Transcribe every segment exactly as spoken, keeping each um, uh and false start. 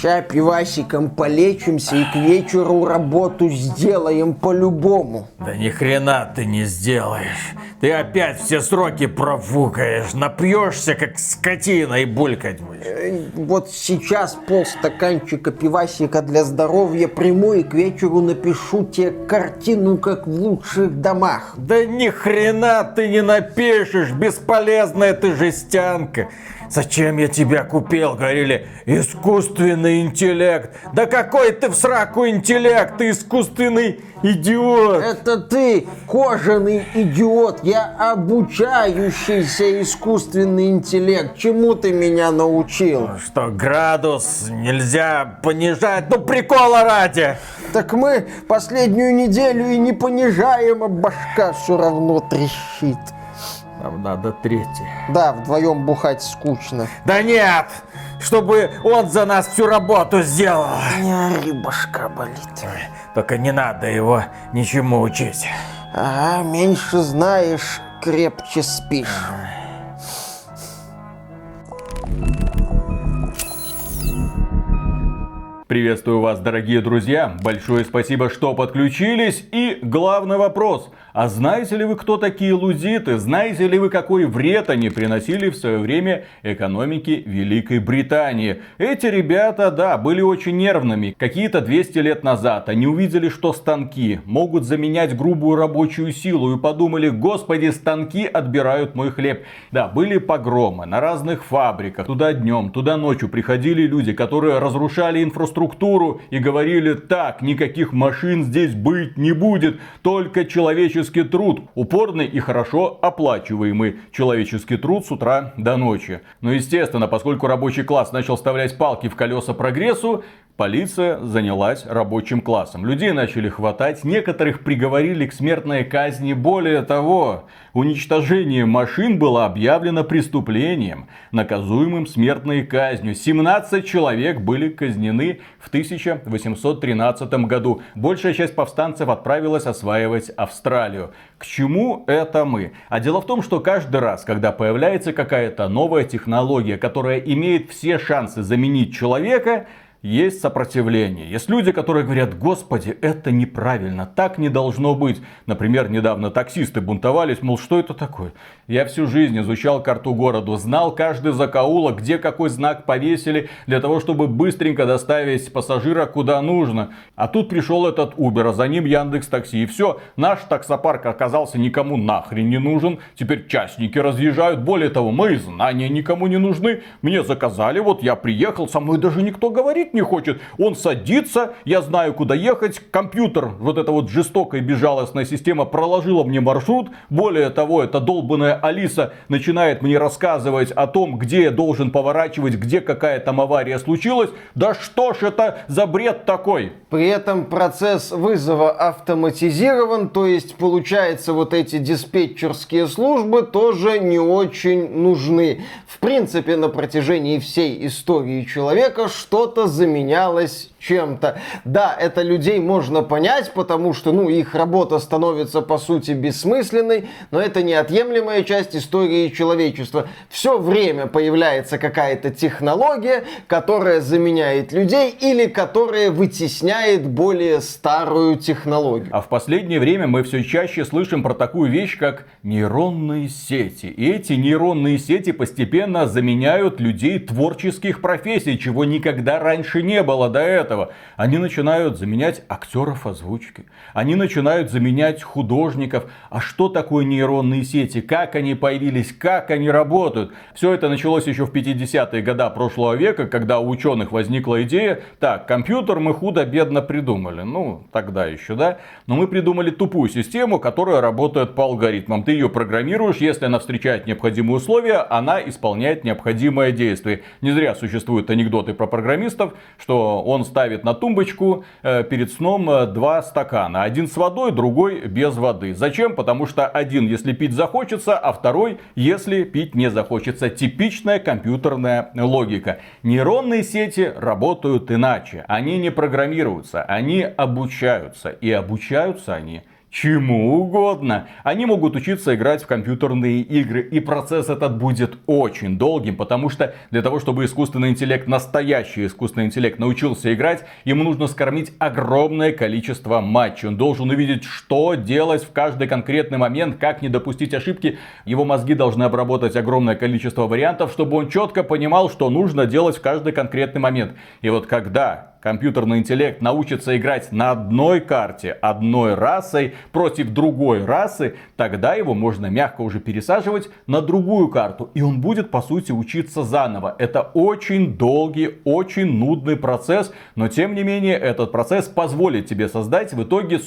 Ща пивасиком полечимся и к вечеру работу сделаем по-любому. Да ни хрена ты не сделаешь. Ты опять все сроки профукаешь, напьешься как скотина и булькать будешь. Э, Вот сейчас полстаканчика пивасика для здоровья приму и к вечеру напишу тебе картину, как в лучших домах. Да ни хрена ты не напишешь, бесполезная ты жестянка. Зачем я тебя купил, говорили, искусственный интеллект. Да какой ты в сраку интеллект, ты искусственный идиот. Это ты, кожаный идиот, я обучающийся искусственный интеллект. Чему ты меня научил? Что, градус нельзя понижать? Ну, прикола ради. Так мы последнюю неделю и не понижаем, а башка все равно трещит. Нам надо третий. Да, вдвоем бухать скучно. Да нет, чтобы он за нас всю работу сделал. Не ори, башка болит. Только не надо его ничему учить. Ага, меньше знаешь, крепче спишь. Приветствую вас, дорогие друзья. Большое спасибо, что подключились. И главный вопрос. А знаете ли вы, кто такие лудиты? Знаете ли вы, какой вред они приносили в свое время экономике Великой Британии? Эти ребята, да, были очень нервными. Какие-то двести лет назад они увидели, что станки могут заменять грубую рабочую силу. И подумали, господи, станки отбирают мой хлеб. Да, были погромы на разных фабриках. Туда днем, туда ночью приходили люди, которые разрушали инфраструктуру и говорили, так, никаких машин здесь быть не будет, только человеческий труд, упорный и хорошо оплачиваемый человеческий труд с утра до ночи. Но естественно, поскольку рабочий класс начал вставлять палки в колеса прогрессу, полиция занялась рабочим классом. Людей начали хватать, некоторых приговорили к смертной казни. Более того, уничтожение машин было объявлено преступлением, наказуемым смертной казнью. семнадцать человек были казнены в тысяча восемьсот тринадцатом году. Большая часть повстанцев отправилась осваивать Австралию. К чему это мы? А дело в том, что каждый раз, когда появляется какая-то новая технология, которая имеет все шансы заменить человека, есть сопротивление. Есть люди, которые говорят, господи, это неправильно, так не должно быть. Например, недавно таксисты бунтовались, мол, что это такое? Я всю жизнь изучал карту города, знал каждый закоулок, где какой знак повесили, для того, чтобы быстренько доставить пассажира куда нужно. А тут пришел этот Uber, а за ним Яндекс.Такси. И все, наш таксопарк оказался никому нахрен не нужен. Теперь частники разъезжают. Более того, мои знания никому не нужны. Мне заказали, вот я приехал, со мной даже никто говорить не хочет. Он садится, я знаю, куда ехать. Компьютер, вот эта вот жестокая и безжалостная система проложила мне маршрут. Более того, эта долбанная Алиса начинает мне рассказывать о том, где я должен поворачивать, где какая там авария случилась. Да что ж это за бред такой? При этом процесс вызова автоматизирован, то есть получается вот эти диспетчерские службы тоже не очень нужны. В принципе, на протяжении всей истории человека что-то заменялось чем-то. Да, это людей можно понять, потому что, ну, их работа становится по сути бессмысленной, но это неотъемлемая часть истории человечества. Все время появляется какая-то технология, которая заменяет людей или которая вытесняет более старую технологию. А в последнее время мы все чаще слышим про такую вещь, как нейронные сети. И эти нейронные сети постепенно заменяют людей творческих профессий, чего никогда раньше не было до этого. Они начинают заменять актеров озвучки. Они начинают заменять художников. А что такое нейронные сети? Как они появились? Как они работают? Все это началось еще в пятидесятые годы прошлого века, когда у ученых возникла идея. Так, компьютер мы худо-бедно придумали. Ну, тогда еще, да? Но мы придумали тупую систему, которая работает по алгоритмам. Ты ее программируешь, если она встречает необходимые условия, она исполняет необходимое действие. Не зря существуют анекдоты про программистов, что он ставит на тумбочку э, перед сном э, два стакана. Один с водой, другой без воды. Зачем? Потому что один, если пить захочется, а второй, если пить не захочется. Типичная компьютерная логика. Нейронные сети работают иначе. Они не программируются, они обучаются. И обучаются они чему угодно. Они могут учиться играть в компьютерные игры, и процесс этот будет очень долгим, потому что для того, чтобы искусственный интеллект, настоящий искусственный интеллект, научился играть, ему нужно скормить огромное количество матчей. Он должен увидеть, что делать в каждый конкретный момент, как не допустить ошибки. Его мозги должны обработать огромное количество вариантов, чтобы он четко понимал, что нужно делать в каждый конкретный момент. И вот когда компьютерный интеллект научится играть на одной карте, одной расой против другой расы, тогда его можно мягко уже пересаживать на другую карту. И он будет, по сути, учиться заново. Это очень долгий, очень нудный процесс, но тем не менее этот процесс позволит тебе создать в итоге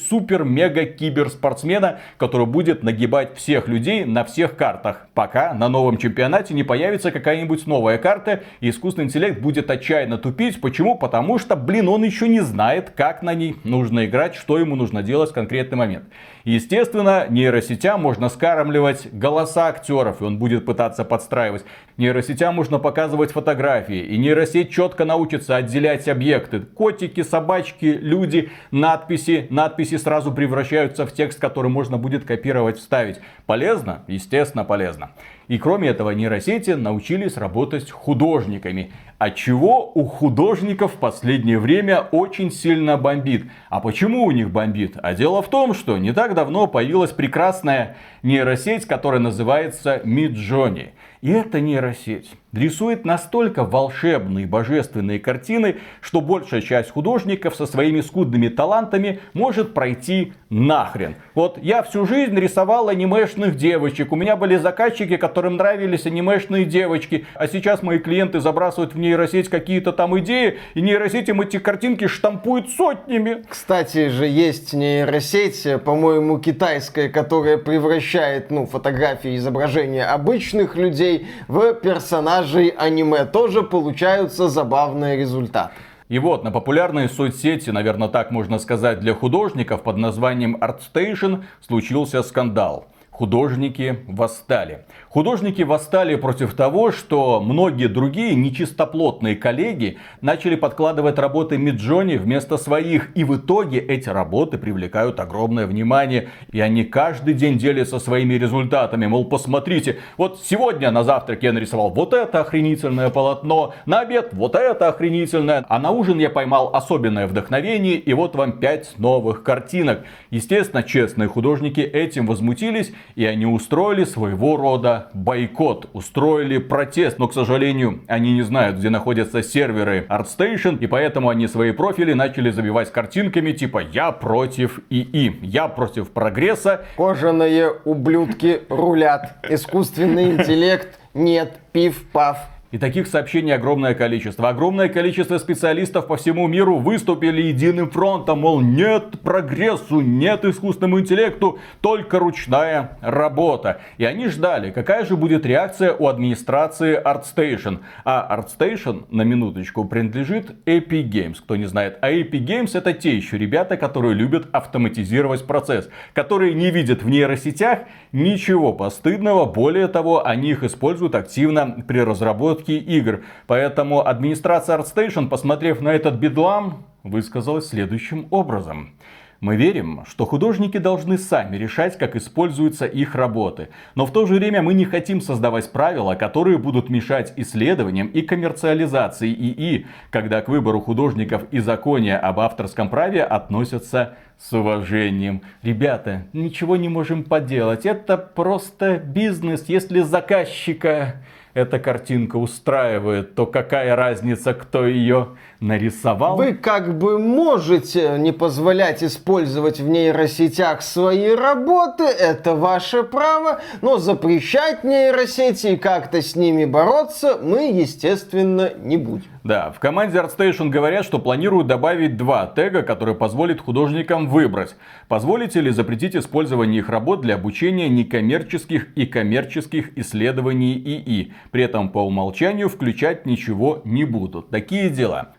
супер-мега-киберспортсмена, который будет нагибать всех людей на всех картах. Пока на новом чемпионате не появится какая-нибудь новая карта, и искусственный интеллект будет отчаянно тупить. Почему? Потому что, блин, он еще не знает, как на ней нужно играть, что ему нужно делать в конкретный момент. Естественно, нейросетям можно скармливать голоса актеров, и он будет пытаться подстраивать. Нейросетям можно показывать фотографии, и нейросеть четко научится отделять объекты. Котики, собачки, люди, надписи. Надписи сразу превращаются в текст, который можно будет копировать, вставить. Полезно? Естественно, полезно. И кроме этого, нейросети научились работать художниками. Отчего у художников в последнее время очень сильно бомбит. А почему у них бомбит? А дело в том, что не так давно появилась прекрасная нейросеть, которая называется Midjourney. И эта нейросеть рисует настолько волшебные, божественные картины, что большая часть художников со своими скудными талантами может пройти нахрен. Вот я всю жизнь рисовал анимешных девочек. У меня были заказчики, которым нравились анимешные девочки. А сейчас мои клиенты забрасывают в нейросеть какие-то там идеи, и нейросеть им эти картинки штампует сотнями. Кстати же, есть нейросеть, по-моему, китайская, которая превращает, ну, фотографии, изображения обычных людей в персонажей аниме. Тоже получаются забавные результаты. И вот на популярной соцсети, наверное, так можно сказать, для художников под названием ArtStation случился скандал. Художники восстали. Художники восстали против того, что многие другие нечистоплотные коллеги начали подкладывать работы Midjourney вместо своих. И в итоге эти работы привлекают огромное внимание. И они каждый день делятся своими результатами. Мол, посмотрите, вот сегодня на завтрак я нарисовал вот это охренительное полотно, на обед вот это охренительное, а на ужин я поймал особенное вдохновение, и вот вам пять новых картинок. Естественно, честные художники этим возмутились. И они устроили своего рода бойкот, устроили протест. Но, к сожалению, они не знают, где находятся серверы ArtStation. И поэтому они свои профили начали забивать картинками типа «Я против ИИ», «Я против прогресса». Кожаные ублюдки рулят. Искусственный интеллект нет. Пиф-паф. И таких сообщений огромное количество. Огромное количество специалистов по всему миру выступили единым фронтом. Мол, нет прогрессу, нет искусственному интеллекту, только ручная работа. И они ждали, какая же будет реакция у администрации ArtStation. А ArtStation, на минуточку, принадлежит Epic Games, кто не знает. А Epic Games это те еще ребята, которые любят автоматизировать процесс. Которые не видят в нейросетях ничего постыдного. Более того, они их используют активно при разработке игр. Поэтому администрация ArtStation, посмотрев на этот бедлам, высказалась следующим образом. Мы верим, что художники должны сами решать, как используются их работы. Но в то же время мы не хотим создавать правила, которые будут мешать исследованиям и коммерциализации ИИ, когда к выбору художников и законе об авторском праве относятся с уважением. Ребята, ничего не можем поделать. Это просто бизнес. Если заказчика эта картинка устраивает, то какая разница, кто ее нарисовал? Вы как бы можете не позволять использовать в нейросетях свои работы, это ваше право, но запрещать нейросети и как-то с ними бороться мы, естественно, не будем. Да, в команде ArtStation говорят, что планируют добавить два тега, которые позволят художникам выбрать, позволить или запретить использование их работ для обучения некоммерческих и коммерческих исследований ИИ. При этом по умолчанию включать ничего не будут. Такие дела.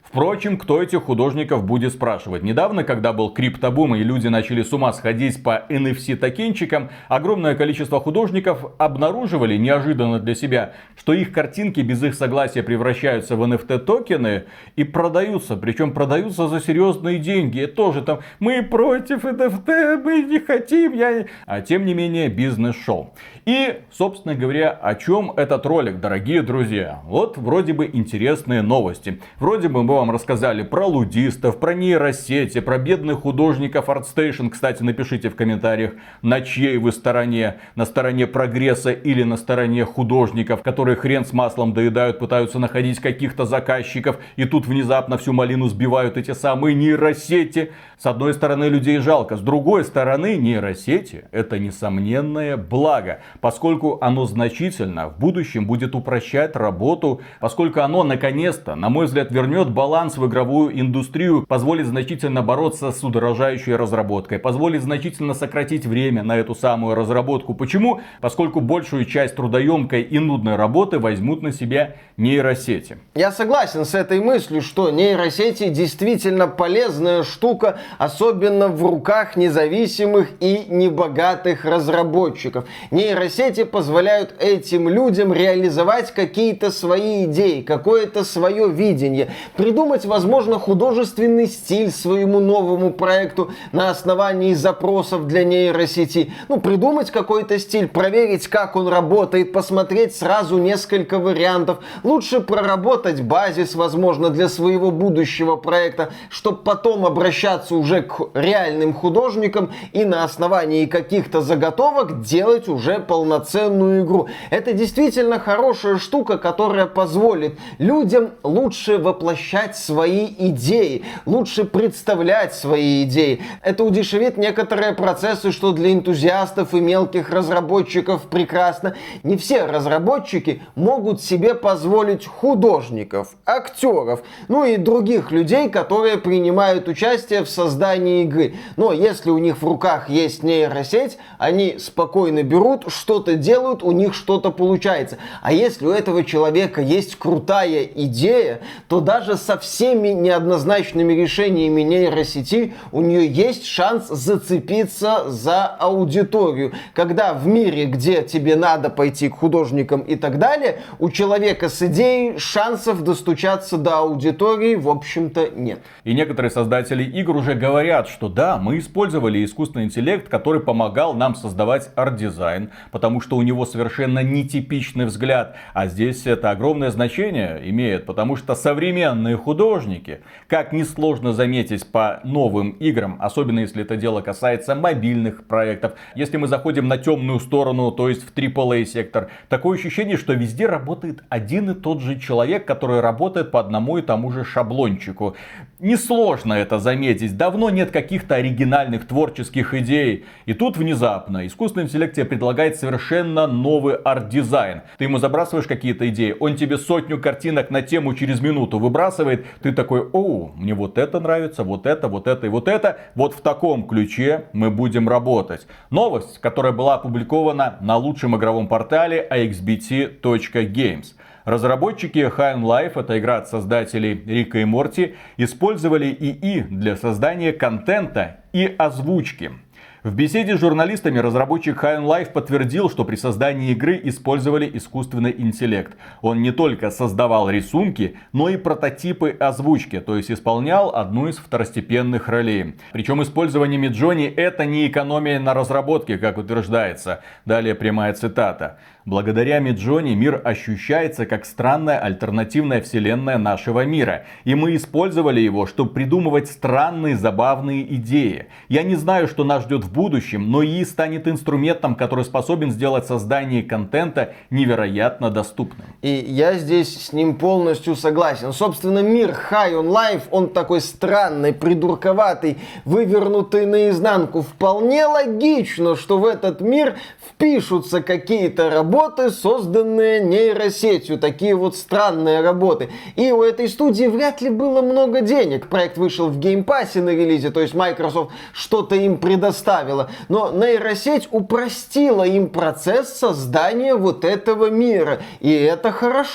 Впрочем, кто этих художников будет спрашивать? Недавно, когда был криптобум и люди начали с ума сходить по эн эф си-токенчикам, огромное количество художников обнаруживали, неожиданно для себя, что их картинки без их согласия превращаются в эн эф ти-токены и продаются. Причем продаются за серьезные деньги. И тоже там, мы против эн эф ти, мы не хотим. Я... А тем не менее, бизнес-шоу. И, собственно говоря, о чем этот ролик, дорогие друзья? Вот вроде бы интересные новости. Вроде бы мы вам рассказали про лудистов, про нейросети, про бедных художников ArtStation. Кстати, напишите в комментариях, на чьей вы стороне. На стороне прогресса или на стороне художников, которые хрен с маслом доедают, пытаются находить каких-то заказчиков. И тут внезапно всю малину сбивают эти самые нейросети. С одной стороны, людей жалко. С другой стороны, нейросети — это несомненное благо. Поскольку оно значительно в будущем будет упрощать работу. Поскольку оно, наконец-то, на мой взгляд, вернет баланс в игровую индустрию. Позволит значительно бороться с удорожающей разработкой. Позволит значительно сократить время на эту самую разработку. Почему? Поскольку большую часть трудоемкой и нудной работы возьмут на себя нейросети. Я согласен с этой мыслью, что нейросети действительно полезная штука, особенно в руках независимых и небогатых разработчиков. Нейросети позволяют этим людям реализовать какие-то свои идеи, какое-то свое видение, придумать, возможно, художественный стиль своему новому проекту на основании запросов для нейросети. Ну, придумать какой-то стиль, проверить, как он работает, посмотреть сразу несколько вариантов. Лучше проработать базис, возможно, для своего будущего проекта, чтобы потом обращаться уже к реальным художникам и на основании каких-то заготовок делать уже полноценную игру. Это действительно хорошая штука, которая позволит людям лучше воплощать свои идеи, лучше представлять свои идеи. Это удешевит некоторые процессы, что для энтузиастов и мелких разработчиков прекрасно. Не все разработчики могут себе позволить художников, актеров, ну и других людей, которые принимают участие в создании игры. Но если у них в руках есть нейросеть, они спокойно берут, что-то делают, у них что-то получается. А если у этого человека есть крутая идея, то даже со всеми неоднозначными решениями нейросети у нее есть шанс зацепиться за аудиторию. Когда в мире, где тебе надо пойти к художникам и так далее, у человека с идеей шансов достучаться до аудитории, в общем-то, нет. И некоторые создатели игр уже говорят, что да, мы использовали искусственный интеллект, который помогал нам создавать арт-дизайн, потому что у него совершенно нетипичный взгляд. А здесь это огромное значение имеет, потому что современные художники, как несложно заметить по новым играм, особенно если это дело касается мобильных проектов, если мы заходим на темную сторону, то есть в трипл эй сектор, такое ощущение, что везде работает один и тот же человек, который работает по одному и тому же шаблончику. Несложно это заметить, давно нет каких-то оригинальных творческих идей. И тут внезапно искусственный интеллект тебе предлагает совершенно новый арт-дизайн. Ты ему забрасываешь какие-то идеи, он тебе сотню картинок на тему через минуту выбрасывает. Ты такой: о, мне вот это нравится, вот это, вот это и вот это. Вот в таком ключе мы будем работать. Новость, которая была опубликована на лучшем игровом портале эй икс би ти точка геймс. Разработчики High on Life, это игра от создателей Рика и Морти, использовали ИИ для создания контента и озвучки. В беседе с журналистами разработчик High on Life подтвердил, что при создании игры использовали искусственный интеллект. Он не только создавал рисунки, но и прототипы озвучки, то есть исполнял одну из второстепенных ролей. Причем использование Midjourney — это не экономия на разработке, как утверждается. Далее прямая цитата. Благодаря Midjourney мир ощущается как странная альтернативная вселенная нашего мира. И мы использовали его, чтобы придумывать странные, забавные идеи. Я не знаю, что нас ждет в будущем, но ИИ станет инструментом, который способен сделать создание контента невероятно доступным. И я здесь с ним полностью согласен. Собственно, мир High on Life, он такой странный, придурковатый, вывернутый наизнанку. Вполне логично, что в этот мир впишутся какие-то работы, созданные нейросетью. Такие вот странные работы. И у этой студии вряд ли было много денег. Проект вышел в Game Pass на релизе, то есть Microsoft что-то им предоставила. Но нейросеть упростила им процесс создания вот этого мира. И это хорошо.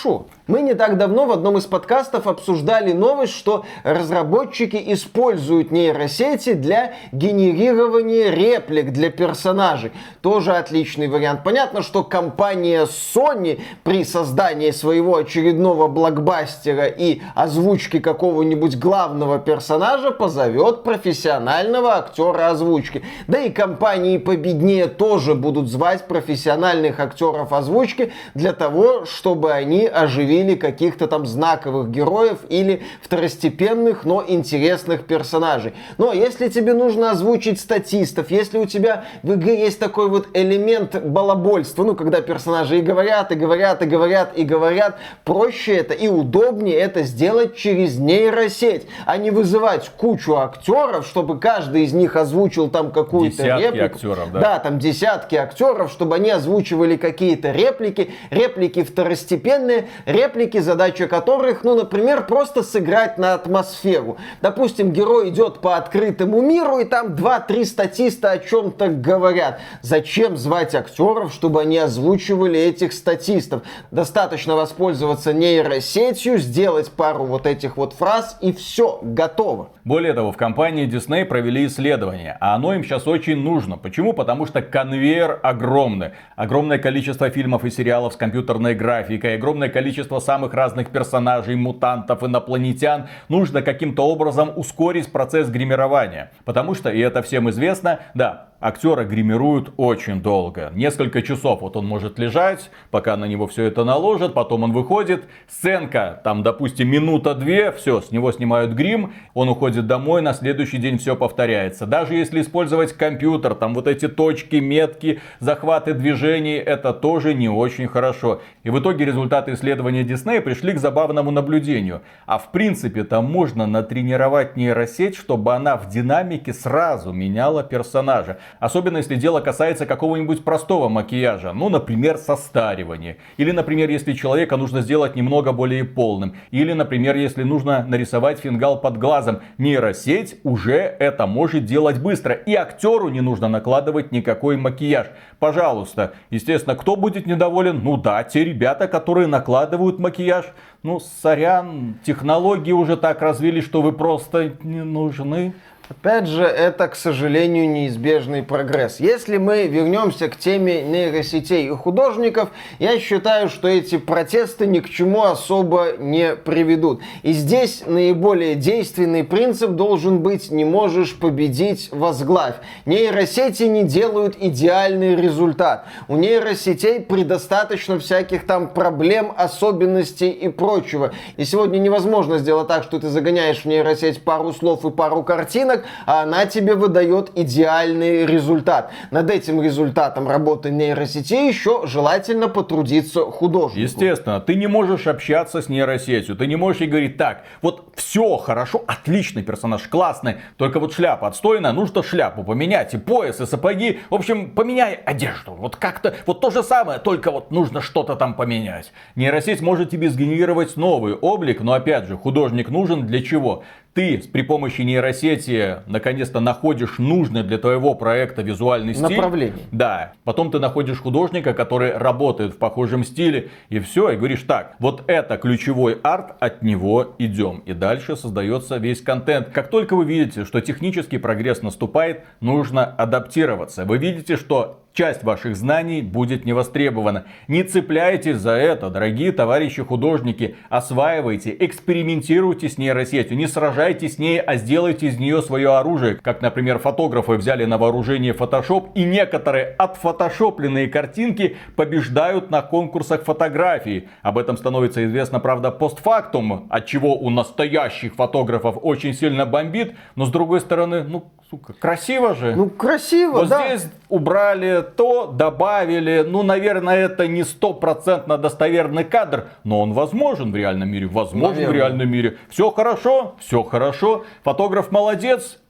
Мы не так давно в одном из подкастов обсуждали новость, что разработчики используют нейросети для генерирования реплик для персонажей. Тоже отличный вариант. Понятно, что компания Sony при создании своего очередного блокбастера и озвучки какого-нибудь главного персонажа позовет профессионального актера озвучки. Да и компании победнее тоже будут звать профессиональных актеров озвучки для того, чтобы они оживили каких-то там знаковых героев или второстепенных, но интересных персонажей. Но если тебе нужно озвучить статистов, если у тебя в игре есть такой вот элемент балабольства, ну, когда персонажи и говорят, и говорят, и говорят, и говорят, проще это и удобнее это сделать через нейросеть, а не вызывать кучу актеров, чтобы каждый из них озвучил там какую-то десятки реплику. актеров, да? Да, там десятки актеров, чтобы они озвучивали какие-то реплики, реплики второстепенные, реплики, задача которых, ну, например, просто сыграть на атмосферу. Допустим, герой идет по открытому миру, и там два-три статиста о чем-то говорят. Зачем звать актеров, чтобы они озвучивали этих статистов? Достаточно воспользоваться нейросетью, сделать пару вот этих вот фраз, и все, готово. Более того, в компании Disney провели исследование, а оно им сейчас очень нужно. Почему? Потому что конвейер огромный. Огромное количество фильмов и сериалов с компьютерной графикой, огромное количество самых разных персонажей, мутантов, инопланетян. Нужно каким-то образом ускорить процесс гримирования. Потому что, и это всем известно, да, актера гримируют очень долго. Несколько часов вот он может лежать, пока на него все это наложат, потом он выходит. Сценка, там, допустим, минута-две, все, с него снимают грим, он уходит домой, на следующий день все повторяется. Даже если использовать компьютер, там вот эти точки, метки, захваты движений, это тоже не очень хорошо. И в итоге результаты исследования Disney пришли к забавному наблюдению. А в принципе там можно натренировать нейросеть, чтобы она в динамике сразу меняла персонажа. Особенно если дело касается какого-нибудь простого макияжа. Ну, например, состаривания. Или, например, если человека нужно сделать немного более полным. Или, например, если нужно нарисовать фингал под глазом. Нейросеть уже это может делать быстро. И актеру не нужно накладывать никакой макияж. Пожалуйста. Естественно, кто будет недоволен? Ну да, те ребята, которые накладывают макияж. Ну, сорян, технологии уже так развились, что вы просто не нужны. Опять же, это, к сожалению, неизбежный прогресс. Если мы вернемся к теме нейросетей и художников, я считаю, что эти протесты ни к чему особо не приведут. И здесь наиболее действенный принцип должен быть: не можешь победить — возглавь. Нейросети не делают идеальный результат. У нейросетей предостаточно всяких там проблем, особенностей и прочего. И сегодня невозможно сделать так, что ты загоняешь в нейросеть пару слов и пару картинок, а она тебе выдает идеальный результат. Над этим результатом работы нейросети еще желательно потрудиться художнику. Естественно, ты не можешь общаться с нейросетью, ты не можешь ей говорить: так, вот все хорошо, отличный персонаж, классный, только вот шляпа отстойная, нужно шляпу поменять, и пояс, и сапоги, в общем, поменяй одежду, вот как-то, вот то же самое, только вот нужно что-то там поменять. Нейросеть может тебе сгенерировать новый облик, но опять же, художник нужен для чего? Ты при помощи нейросети наконец-то находишь нужный для твоего проекта визуальный стиль. Направление. Да. Потом ты находишь художника, который работает в похожем стиле. И все, и говоришь: так, вот это ключевой арт, от него идем. И дальше создается весь контент. Как только вы видите, что технический прогресс наступает, нужно адаптироваться. Вы видите, что часть ваших знаний будет не востребована. Не цепляйтесь за это, дорогие товарищи художники. Осваивайте, экспериментируйте с нейросетью. Не сражайтесь с ней, а сделайте из нее свое оружие. Как, например, фотографы взяли на вооружение Photoshop, и некоторые отфотошопленные картинки побеждают на конкурсах фотографии. Об этом становится известно, правда, постфактум, от чего у настоящих фотографов очень сильно бомбит. Но с другой стороны, ну, сука, красиво же. Ну, красиво, вот да. Здесь убрали то, добавили. Ну, наверное, это не стопроцентно достоверный кадр, но он возможен в реальном мире. Возможен Наверное. в реальном мире. Все хорошо, все хорошо. Фотограф молодец.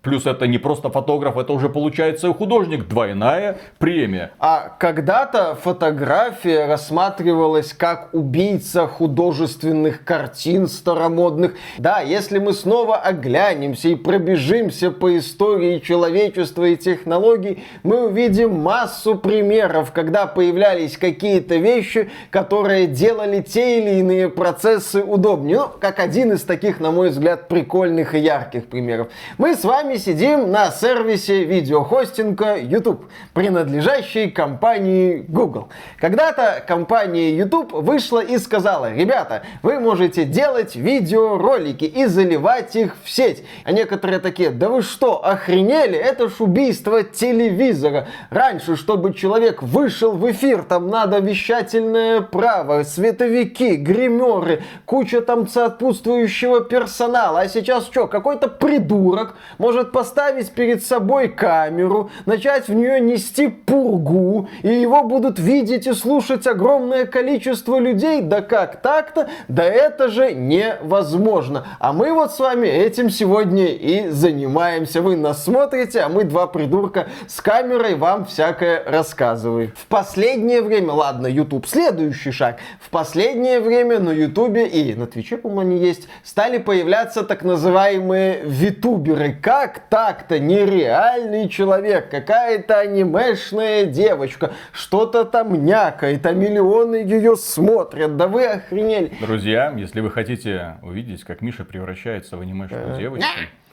Плюс это не просто фотограф, это уже получается и художник. Двойная премия. А когда-то фотография рассматривалась как убийца художественных картин старомодных. Да, если мы снова оглянемся и пробежимся по истории человечества и технологий, мы увидим массу примеров, когда появлялись какие-то вещи, которые делали те или иные процессы удобнее. Ну, как один из таких, на мой взгляд, прикольных и ярких примеров. Мы с вами сидим на сервисе видеохостинга YouTube, принадлежащей компании Google. Когда-то компания YouTube вышла и сказала: ребята, вы можете делать видеоролики и заливать их в сеть. А некоторые такие: да вы что, охренели? Это ж убийство телевизора. Раньше, чтобы человек вышел в эфир, там надо вещательное право, световики, гримеры, куча там сопутствующего персонала. А сейчас что, какой-то придурок может поставить перед собой камеру, начать в нее нести пургу, и его будут видеть и слушать огромное количество людей? Да как так-то? Да это же невозможно. А мы вот с вами этим сегодня и занимаемся. Вы нас смотрите, а мы два придурка с камерой вам всякое рассказываем. В последнее время, ладно, YouTube, следующий шаг. В последнее время на YouTube и на Твиче, по-моему, они есть, стали появляться так называемые витуберы. Как так-то? Нереальный человек, какая-то анимешная девочка, что-то там някает, а миллионы ее смотрят. Да вы охренели. Друзья, если вы хотите увидеть, как Миша превращается в анимешную девочку,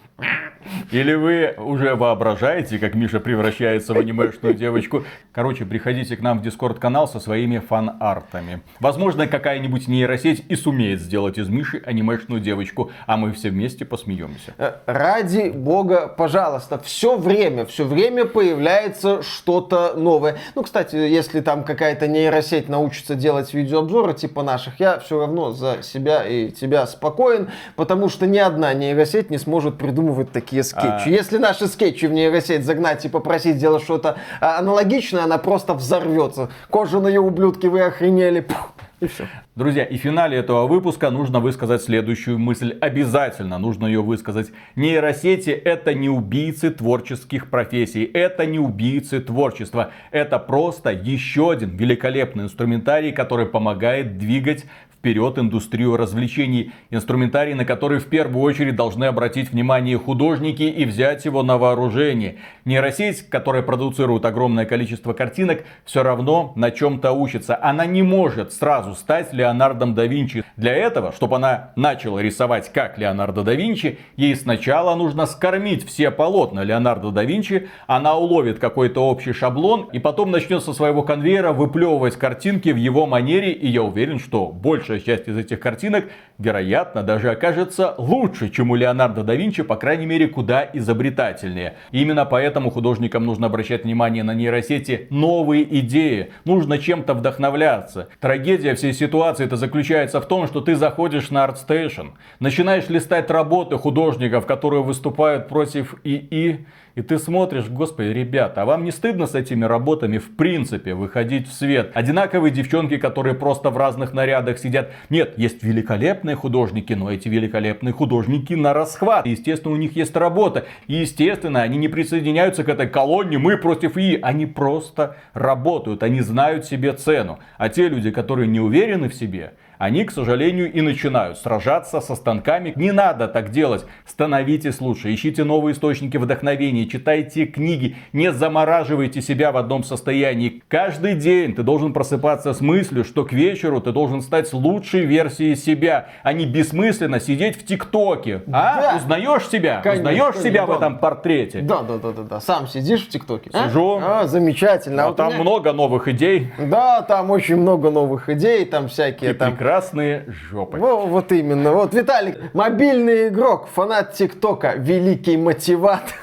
или вы уже воображаете, как Миша превращается в анимешную девочку. Короче, приходите к нам в Дискорд-канал со своими фан-артами. Возможно, какая-нибудь нейросеть и сумеет сделать из Миши анимешную девочку, а мы все вместе посмеемся. Ради бога, пожалуйста, все время, все время появляется что-то новое. Ну, кстати, если там какая-то нейросеть научится делать видеообзоры типа наших, я все равно за себя и тебя спокоен, потому что ни одна нейросеть не сможет придумывать такие скетчи. А... Если наши скетчи в нейросеть загнать и попросить сделать что-то аналогичное, она просто взорвется. Кожаные ублюдки, вы охренели. Пух, и все. Друзья, и в финале этого выпуска нужно высказать следующую мысль. Обязательно нужно ее высказать. Нейросети — это не убийцы творческих профессий. Это не убийцы творчества. Это просто еще один великолепный инструментарий, который помогает двигать вперед индустрию развлечений. Инструментарий, на который в первую очередь должны обратить внимание художники и взять его на вооружение. Нейросеть, которая продуцирует огромное количество картинок, все равно на чем-то учится. Она не может сразу стать Леонардом да Винчи. Для этого, чтобы она начала рисовать как Леонардо да Винчи, ей сначала нужно скормить все полотна Леонардо да Винчи, она уловит какой-то общий шаблон и потом начнет со своего конвейера выплевывать картинки в его манере, и я уверен, что большая часть из этих картинок, вероятно, даже окажется лучше, чем у Леонардо да Винчи, по крайней мере, куда изобретательнее. И именно поэтому художникам нужно обращать внимание на нейросети, новые идеи, нужно чем-то вдохновляться. Трагедия всей ситуации это заключается в том, что ты заходишь на ArtStation, начинаешь листать работы художников, которые выступают против ИИ, и ты смотришь: господи, ребята, а вам не стыдно с этими работами в принципе выходить в свет? Одинаковые девчонки, которые просто в разных нарядах сидят. Нет, есть великолепные художники, но эти великолепные художники на расхват. Естественно, у них есть работа. И естественно, они не присоединяются к этой колонне «мы против ИИ». Они просто работают, они знают себе цену. А те люди, которые не уверены в себе, они, к сожалению, и начинают сражаться со станками. Не надо так делать. Становитесь лучше, ищите новые источники вдохновения, читайте книги, не замораживайте себя в одном состоянии. Каждый день ты должен просыпаться с мыслью, что к вечеру ты должен стать лучшей версией себя, а не бессмысленно сидеть в ТикТоке. А? Да. Узнаешь себя? Конечно, Узнаешь себя да. в этом портрете? Да, да, да, да, да. Сам сидишь в ТикТоке. Сижу. А, а замечательно. А, а вот там меня... много новых идей. Да, там очень много новых идей, там всякие И там... прекрасные жопы. Во, вот именно. Вот, Виталик, мобильный игрок, фанат ТикТока, великий мотиватор.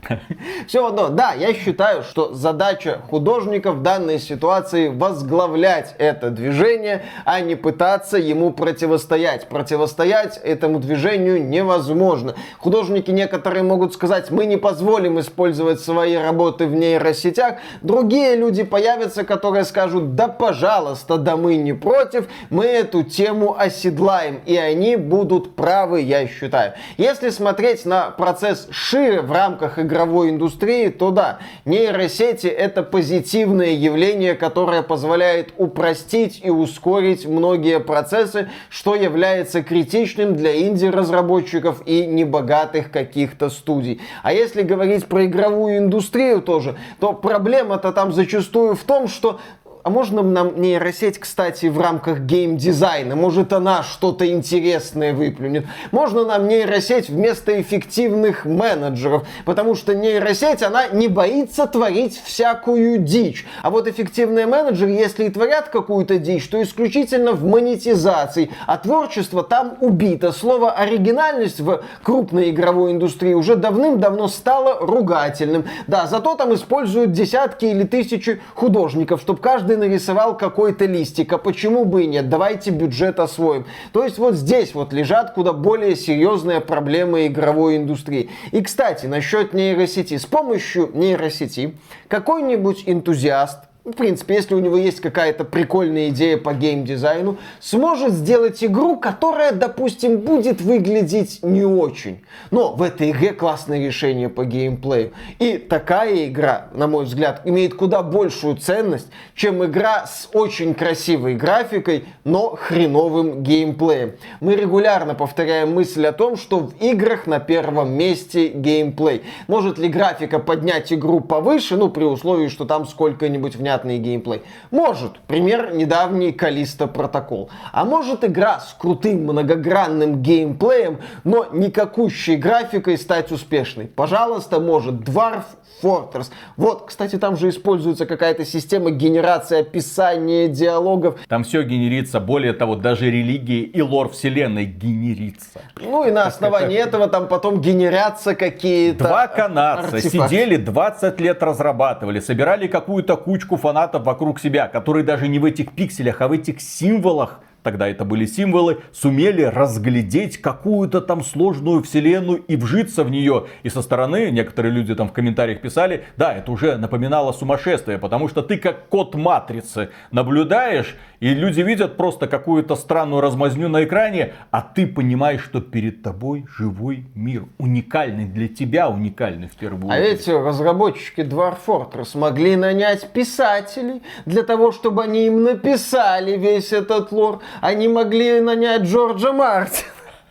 Все одно, да, я считаю, что задача художника в данной ситуации возглавлять это движение, а не пытаться ему противостоять. Противостоять этому движению невозможно. Художники некоторые могут сказать, мы не позволим использовать свои работы в нейросетях. Другие люди появятся, которые скажут, да пожалуйста, да мы не против, мы эту тему оседлаем. И они будут правы, я считаю. Если смотреть на процесс шире в рамках игровой индустрии, то да, нейросети это позитивное явление, которое позволяет упростить и ускорить многие процессы, что является критичным для инди-разработчиков и небогатых каких-то студий. А если говорить про игровую индустрию тоже, то проблема-то там зачастую в том, что а можно нам нейросеть, кстати, в рамках геймдизайна? Может, она что-то интересное выплюнет? Можно нам нейросеть вместо эффективных менеджеров? Потому что нейросеть, она не боится творить всякую дичь. А вот эффективные менеджеры, если и творят какую-то дичь, то исключительно в монетизации. А творчество там убито. Слово оригинальность в крупной игровой индустрии уже давным-давно стало ругательным. Да, зато там используют десятки или тысячи художников, чтобы каждый нарисовал какой-то листик, а почему бы и нет, давайте бюджет освоим. То есть вот здесь вот лежат куда более серьезные проблемы игровой индустрии. И, кстати, насчет нейросети. С помощью нейросети какой-нибудь энтузиаст, в принципе, если у него есть какая-то прикольная идея по геймдизайну, сможет сделать игру, которая, допустим, будет выглядеть не очень. Но в этой игре классное решение по геймплею. И такая игра, на мой взгляд, имеет куда большую ценность, чем игра с очень красивой графикой, но хреновым геймплеем. Мы регулярно повторяем мысль о том, что в играх на первом месте геймплей. Может ли графика поднять игру повыше, ну, при условии, что там сколько-нибудь внятно геймплей? Может. Пример недавний Callisto Protocol. А может игра с крутым многогранным геймплеем, но никакущей графикой стать успешной? Пожалуйста, может. Dwarf Fortress. Вот, кстати, там же используется какая-то система генерации описания диалогов. Там все генерится, более того, даже религии и лор вселенной генерится. Ну и на основании этого там потом генерятся какие-то Два канадца артефакты. сидели двадцать лет разрабатывали, собирали какую-то кучку фанатов вокруг себя, которые даже не в этих пикселях, а в этих символах, тогда это были символы, сумели разглядеть какую-то там сложную вселенную и вжиться в нее. И со стороны некоторые люди там в комментариях писали, да, это уже напоминало сумасшествие, потому что ты как код матрицы наблюдаешь, и люди видят просто какую-то странную размазню на экране, а ты понимаешь, что перед тобой живой мир, уникальный для тебя, уникальный в первую А очередь. эти разработчики Dwarf Fortress могли нанять писателей для того, чтобы они им написали весь этот лор. Они могли нанять Джорджа Мартина.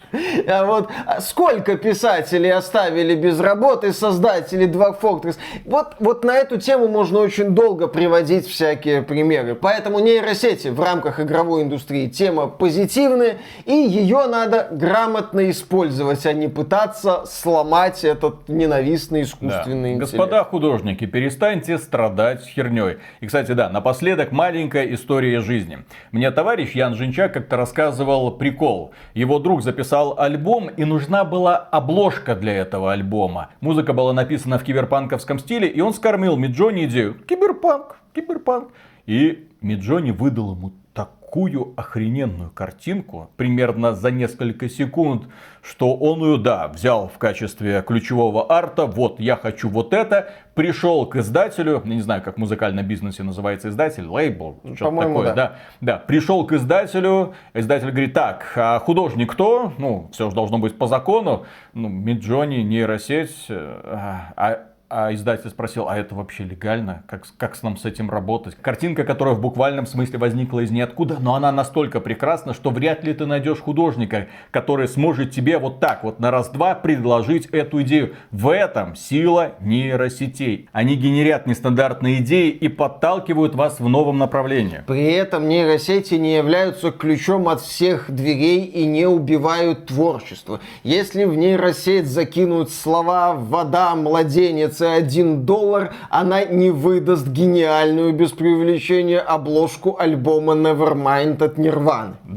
А вот сколько писателей оставили без работы создатели Dwarf Fortress? Вот, вот на эту тему можно очень долго приводить всякие примеры. Поэтому нейросети в рамках игровой индустрии тема позитивная, и ее надо грамотно использовать, а не пытаться сломать этот ненавистный искусственный Да. интеллект. Господа художники, перестаньте страдать херней. И, кстати, да, напоследок маленькая история жизни. Мне товарищ Ян Жинчак как-то рассказывал прикол. Его друг записал альбом, и нужна была обложка для этого альбома. Музыка была написана в киберпанковском стиле, и он скормил Миджони идею: киберпанк, киберпанк. И Миджони выдал ему такую охрененную картинку, примерно за несколько секунд, что он ее, да, взял в качестве ключевого арта. Вот, я хочу вот это. Пришел к издателю, я не знаю, как в музыкальном бизнесе называется издатель, лейбл, что-то По-моему, такое, да. да. Да, пришел к издателю, издатель говорит: так, а художник кто? Ну, все же должно быть по закону. Ну, Миджони, нейросеть, а, а А издатель спросил, а это вообще легально? Как, как с нам с этим работать? Картинка, которая в буквальном смысле возникла из ниоткуда, но она настолько прекрасна, что вряд ли ты найдешь художника, который сможет тебе вот так вот на раз-два предложить эту идею. В этом сила нейросетей. Они генерят нестандартные идеи и подталкивают вас в новом направлении. При этом нейросети не являются ключом от всех дверей и не убивают творчество. Если в нейросеть закинуть слова «вода», «младенец» и один доллар, она не выдаст гениальную, без преувеличения, обложку альбома Nevermind от Нирваны. Да.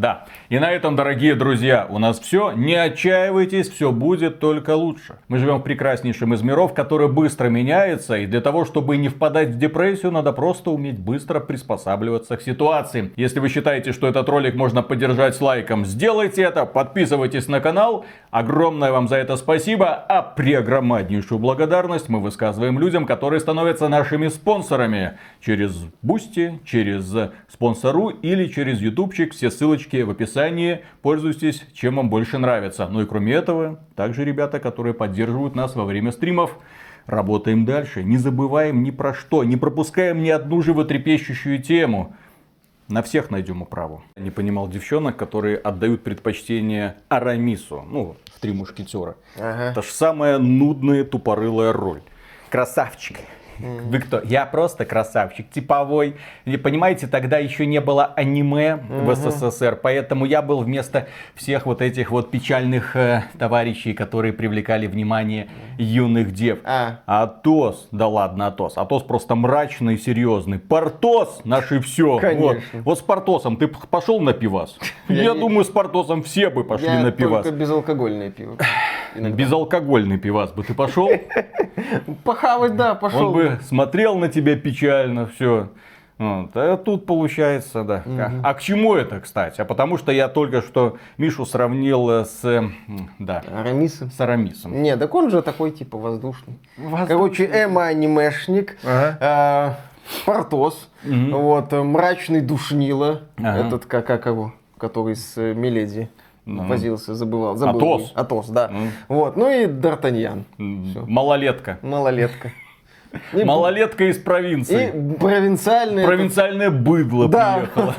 И на этом, дорогие друзья, у нас все. Не отчаивайтесь, все будет только лучше. Мы живем в прекраснейшем из миров, который быстро меняется. И для того, чтобы не впадать в депрессию, надо просто уметь быстро приспосабливаться к ситуации. Если вы считаете, что этот ролик можно поддержать лайком, сделайте это. Подписывайтесь на канал. Огромное вам за это спасибо. А преогромаднейшую благодарность мы высказываем людям, которые становятся нашими спонсорами. Через Бусти, через Спонсору или через ютубчик. Все ссылочки в описании. Пользуйтесь, чем вам больше нравится. Ну и кроме этого, также ребята, которые поддерживают нас во время стримов. Работаем дальше. Не забываем ни про что. Не пропускаем ни одну животрепещущую тему. На всех найдем управу. Я не понимал девчонок, которые отдают предпочтение Арамису. Ну, в «Три мушкетера». Ага. Это ж самая нудная тупорылая роль. Красавчик. Вы кто? Я просто красавчик, типовой. И, понимаете, тогда еще не было аниме в СССР, поэтому я был вместо всех вот этих вот печальных э, товарищей, которые привлекали внимание юных дев. А. Атос, да ладно, Атос. Атос просто мрачный и серьезный. Портос, наше все. Конечно. Вот. Вот с Портосом ты пошел на пивас? Я Я не- думаю, с Портосом все бы пошли Я на пивас. только безалкогольное пиво. Иногда. Безалкогольный пивас бы ты пошел? Похавать, да, пошел. Он бы смотрел на тебя печально, все. Вот. А тут получается, да. А, а к чему это, кстати? А потому что я только что Мишу сравнил с, м, да, Арамисы. с Арамисом. Не, так он же такой типа воздушный. Короче, эмо-анимешник, Ага. э, Портос, Мгм. вот, э, мрачный душнило, Ага. этот, как, как его, который с э, Миледи Ну. возился, забывал. забыл. Атос. Атос, да. Ну. Вот, ну и Д'Артаньян, М, Всё. Малолетка. малолетка. И, Малолетка из провинции. и провинциальный... Провинциальное быдло Да. приехало.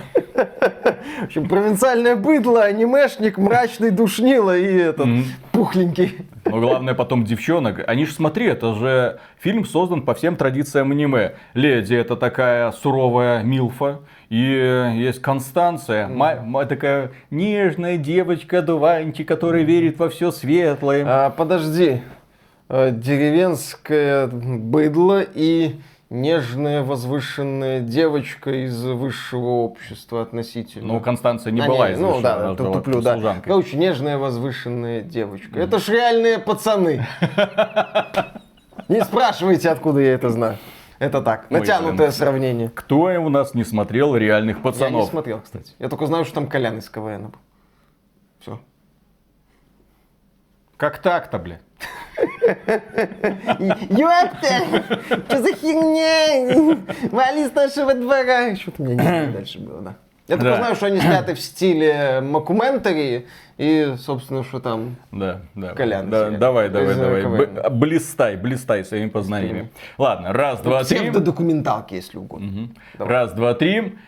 В общем, провинциальное быдло, анимешник, мрачный душнило и этот, Мгм. пухленький. Но главное потом девчонок. Они же, смотри, это же фильм создан по всем традициям аниме. Леди это такая суровая милфа. И есть Констанция, ма- ма- такая нежная девочка, дуванчик, которая верит во все светлое. А, подожди. Э, Деревенское быдло и нежная возвышенная девочка из высшего общества относительно. Ну, Констанция не А, была не, из ну, высшего, да, она ту- была туплю, да. служанкой. Короче, нежная возвышенная девочка. Это ж реальные пацаны. Не спрашивайте, откуда я это знаю. Это так, Ой, натянутое блин. сравнение. Кто у нас не смотрел реальных Я не пацанов? смотрел, кстати. Я только знаю, что там Колян из КВН был. Все. Как так-то, бля? Ёпта! Что за херня? Вали с нашего двора. Что-то у меня не знаю, дальше было, да. Я только Да. знаю, что они сняты в стиле мокументари и, собственно, что там... Да, да. Колян, Да, серия. давай, давай, Из, э, давай. КВН. Б- блистай, блистай своими познаниями. Ладно, раз, два, три. Псевдодокументалки, если угодно. Мгм. Давай. Раз, два, три.